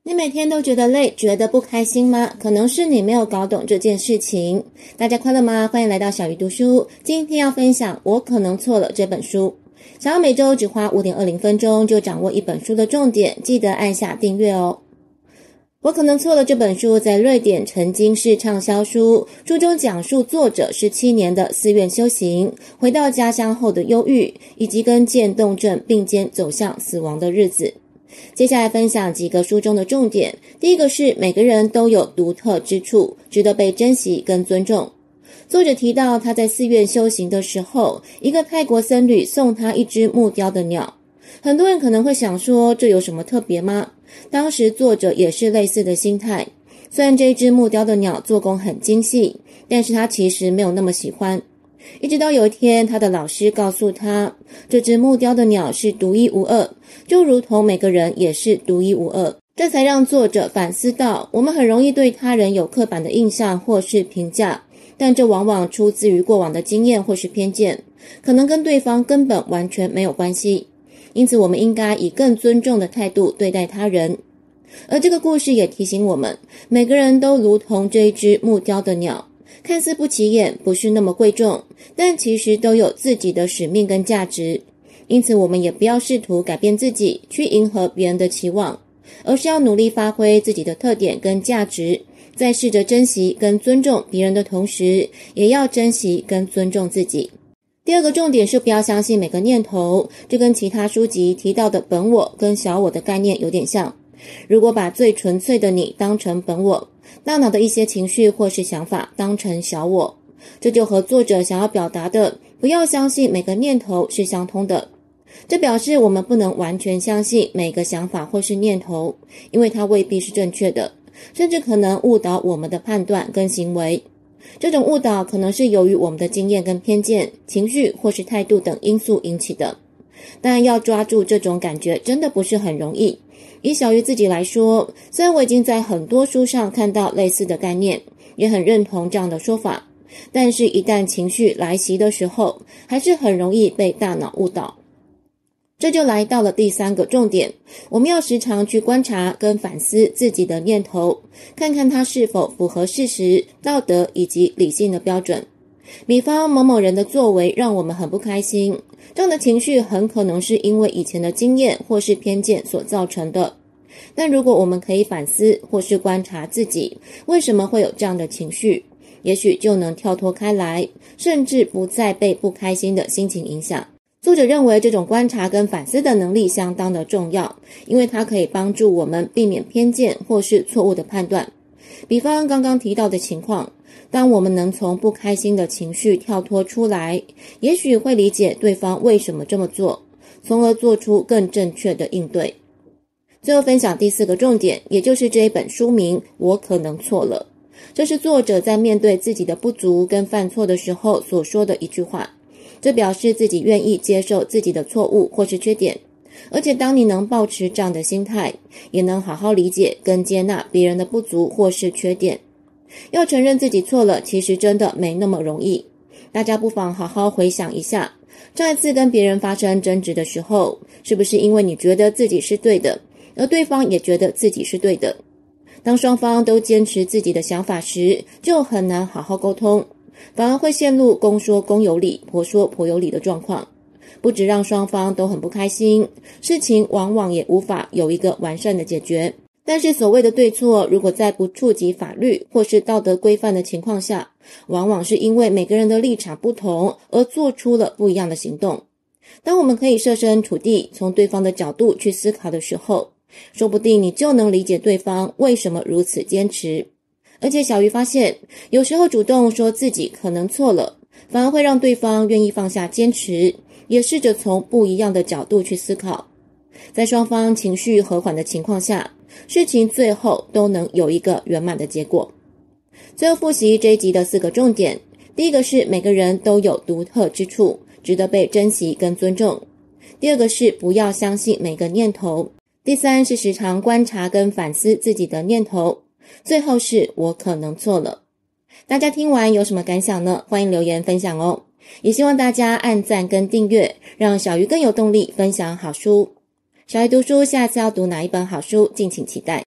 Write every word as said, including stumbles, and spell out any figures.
你每天都觉得累，觉得不开心吗？可能是你没有搞懂这件事情。大家快乐吗？欢迎来到小鱼读书。今天要分享《我可能错了》这本书。想要每周只花 五点二零 分钟就掌握一本书的重点，记得按下订阅哦。我可能错了这本书在瑞典曾经是畅销书，书中讲述作者十七年的寺院修行，回到家乡后的忧郁，以及跟渐冻症并肩走向死亡的日子。接下来分享几个书中的重点。第一个是每个人都有独特之处，值得被珍惜跟尊重。作者提到他在寺院修行的时候，一个泰国僧侣送他一只木雕的鸟。很多人可能会想说，这有什么特别吗？当时作者也是类似的心态。虽然这只木雕的鸟做工很精细，但是他其实没有那么喜欢。一直到有一天，他的老师告诉他，这只木雕的鸟是独一无二，就如同每个人也是独一无二。这才让作者反思到，我们很容易对他人有刻板的印象或是评价，但这往往出自于过往的经验或是偏见，可能跟对方根本完全没有关系。因此我们应该以更尊重的态度对待他人。而这个故事也提醒我们，每个人都如同这一只木雕的鸟，看似不起眼，不是那么贵重，但其实都有自己的使命跟价值。因此我们也不要试图改变自己，去迎合别人的期望，而是要努力发挥自己的特点跟价值，在试着珍惜跟尊重别人的同时，也要珍惜跟尊重自己。第二个重点是不要相信每个念头，这跟其他书籍提到的本我跟小我的概念有点像。如果把最纯粹的你当成本我，大脑的一些情绪或是想法当成小我，这就和作者想要表达的不要相信每个念头是相通的。这表示我们不能完全相信每个想法或是念头，因为它未必是正确的，甚至可能误导我们的判断跟行为。这种误导可能是由于我们的经验跟偏见、情绪或是态度等因素引起的。但要抓住这种感觉真的不是很容易。以小鱼自己来说，虽然我已经在很多书上看到类似的概念，也很认同这样的说法，但是一旦情绪来袭的时候，还是很容易被大脑误导。这就来到了第三个重点，我们要时常去观察跟反思自己的念头，看看它是否符合事实、道德以及理性的标准。比方某某人的作为让我们很不开心，这样的情绪很可能是因为以前的经验或是偏见所造成的。但如果我们可以反思或是观察自己为什么会有这样的情绪，也许就能跳脱开来，甚至不再被不开心的心情影响。作者认为这种观察跟反思的能力相当的重要，因为它可以帮助我们避免偏见或是错误的判断。比方刚刚提到的情况，当我们能从不开心的情绪跳脱出来，也许会理解对方为什么这么做，从而做出更正确的应对。最后分享第四个重点，也就是这一本书名《我可能错了》。这是作者在面对自己的不足跟犯错的时候所说的一句话。这表示自己愿意接受自己的错误或是缺点，而且当你能抱持这样的心态，也能好好理解跟接纳别人的不足或是缺点。要承认自己错了，其实真的没那么容易。大家不妨好好回想一下，上一次跟别人发生争执的时候，是不是因为你觉得自己是对的，而对方也觉得自己是对的？当双方都坚持自己的想法时，就很难好好沟通，反而会陷入公说公有理，婆说婆有理的状况，不只让双方都很不开心，事情往往也无法有一个完善的解决。但是所谓的对错，如果在不触及法律或是道德规范的情况下，往往是因为每个人的立场不同而做出了不一样的行动。当我们可以设身处地，从对方的角度去思考的时候，说不定你就能理解对方为什么如此坚持。而且小鱼发现，有时候主动说自己可能错了，反而会让对方愿意放下坚持，也试着从不一样的角度去思考。在双方情绪和缓的情况下，事情最后都能有一个圆满的结果。最后复习这一集的四个重点。第一个是每个人都有独特之处，值得被珍惜跟尊重。第二个是不要相信每个念头。第三是时常观察跟反思自己的念头。最后是我可能错了。大家听完有什么感想呢？欢迎留言分享哦。也希望大家按赞跟订阅，让小鱼更有动力分享好书。小鱼读书下次要读哪一本好书，敬请期待。